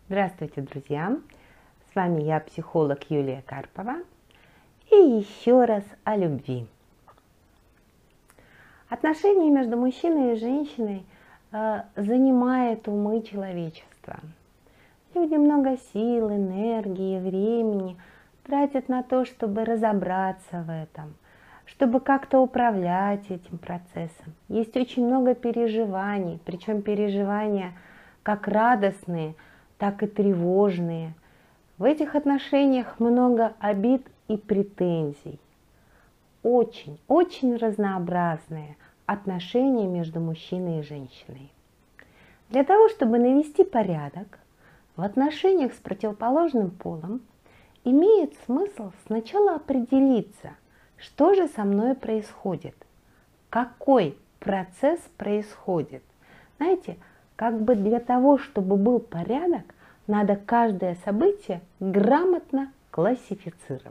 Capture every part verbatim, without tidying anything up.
Здравствуйте, друзья! С вами я, психолог Юлия Карпова. И еще раз о любви. Отношения между мужчиной и женщиной э, занимают умы человечества. Люди много сил, энергии, времени тратят на то, чтобы разобраться в этом, чтобы как-то управлять этим процессом. Есть очень много переживаний, причем переживания как радостные, так и тревожные. В этих отношениях много обид и претензий. Очень, очень разнообразные отношения между мужчиной и женщиной. Для того, чтобы навести порядок в отношениях с противоположным полом, имеет смысл сначала определиться, что же со мной происходит, какой процесс происходит. Знаете, как бы для того, чтобы был порядок, надо каждое событие грамотно классифицировать.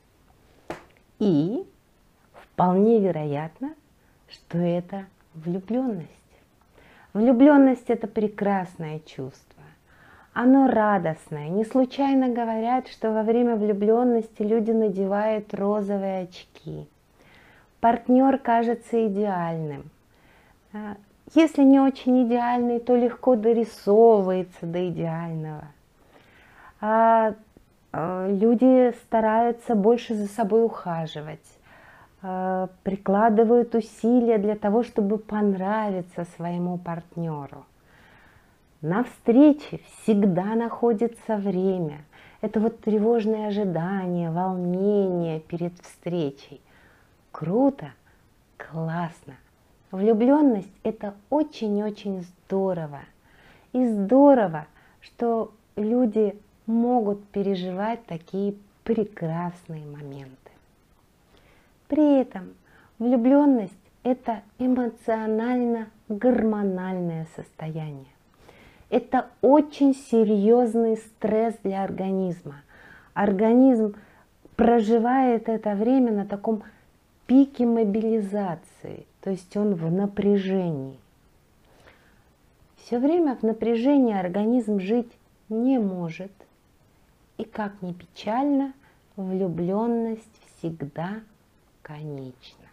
И вполне вероятно, что это влюбленность. Влюбленность – это прекрасное чувство. Оно радостное. Не случайно говорят, что во время влюбленности люди надевают розовые очки. Партнер кажется идеальным. Если не очень идеальный, то легко дорисовывается до идеального. А люди стараются больше за собой ухаживать, прикладывают усилия для того, чтобы понравиться своему партнеру. На встрече всегда находится время. Это вот тревожное ожидание, волнение перед встречей. Круто, классно. Влюбленность – это очень-очень здорово. И здорово, что люди могут переживать такие прекрасные моменты. При этом влюбленность – это эмоционально-гормональное состояние. Это очень серьезный стресс для организма. Организм проживает это время на таком пике мобилизации, то есть он в напряжении. Все время в напряжении организм жить не может. И как ни печально, влюбленность всегда конечна.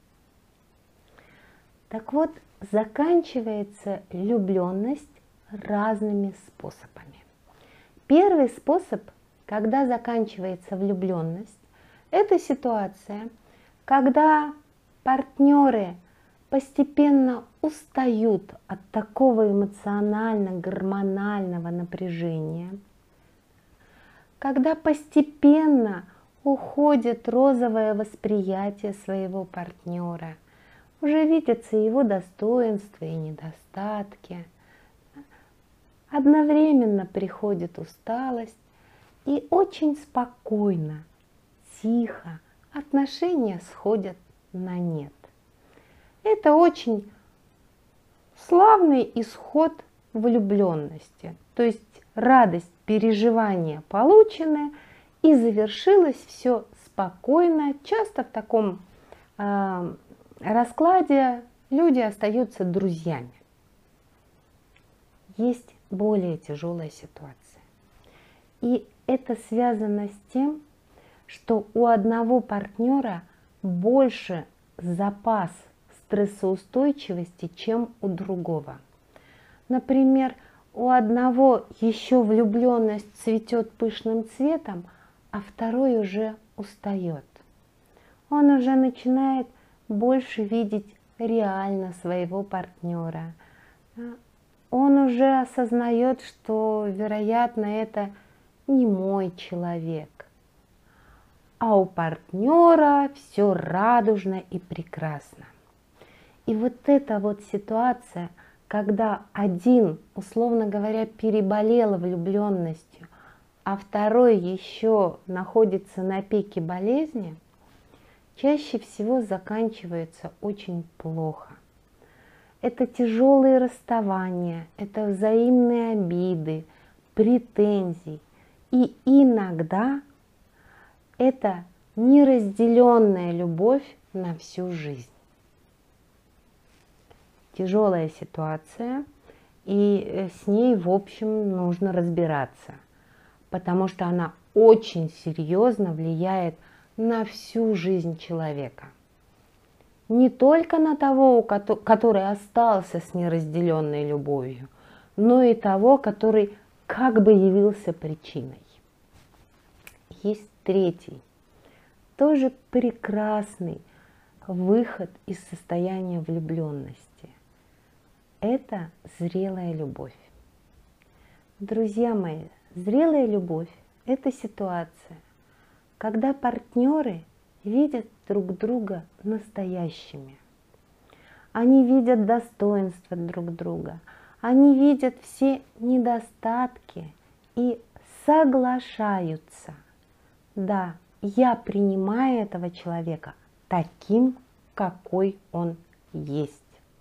Так вот, заканчивается влюбленность разными способами. Первый способ, когда заканчивается влюбленность, это ситуация, когда партнеры постепенно устают от такого эмоционально-гормонального напряжения, когда постепенно уходит розовое восприятие своего партнера, уже видятся его достоинства и недостатки, одновременно приходит усталость, и очень спокойно, тихо отношения сходят на нет. Это очень славный исход влюбленности, то есть радость переживания полученное, и завершилось все спокойно. Часто в таком э, раскладе люди остаются друзьями. Есть более тяжелая ситуация. И это связано с тем, что у одного партнера больше запас стрессоустойчивости, чем у другого. Например, у одного еще влюбленность цветет пышным цветом, а второй уже устает. Он уже начинает больше видеть реально своего партнера. Он уже осознает, что, вероятно, это не мой человек. А у партнера все радужно и прекрасно. И вот эта вот ситуация, когда один, условно говоря, переболел влюбленностью, а второй еще находится на пике болезни, чаще всего заканчивается очень плохо. Это тяжелые расставания, это взаимные обиды, претензии. И иногда это неразделенная любовь на всю жизнь. Тяжелая ситуация, и с ней, в общем, нужно разбираться, потому что она очень серьезно влияет на всю жизнь человека. Не только на того, который остался с неразделенной любовью, но и того, который как бы явился причиной. Есть третий, тоже прекрасный выход из состояния влюбленности. Это зрелая любовь. Друзья мои, зрелая любовь – это ситуация, когда партнеры видят друг друга настоящими. Они видят достоинства друг друга, они видят все недостатки и соглашаются. Да, я принимаю этого человека таким, какой он есть.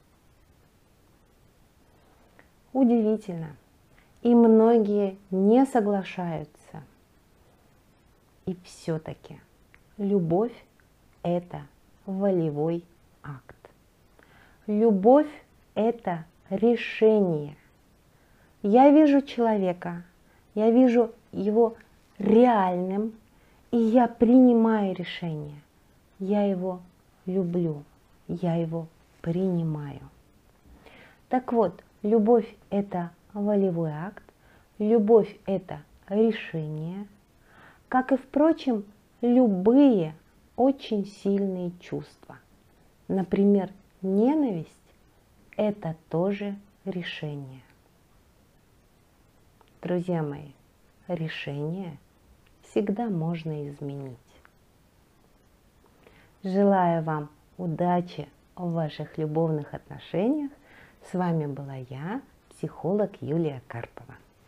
Удивительно. И многие не соглашаются. И все-таки любовь – это волевой акт. Любовь – это решение. Я вижу человека, я вижу его реальным, и я принимаю решение. Я его люблю, я его принимаю. Так вот, любовь – это волевой акт, любовь – это решение, как и, впрочем, любые очень сильные чувства. Например, ненависть – это тоже решение. Друзья мои, решение всегда можно изменить. Желаю вам удачи в ваших любовных отношениях. С вами была я, психолог Юлия Карпова.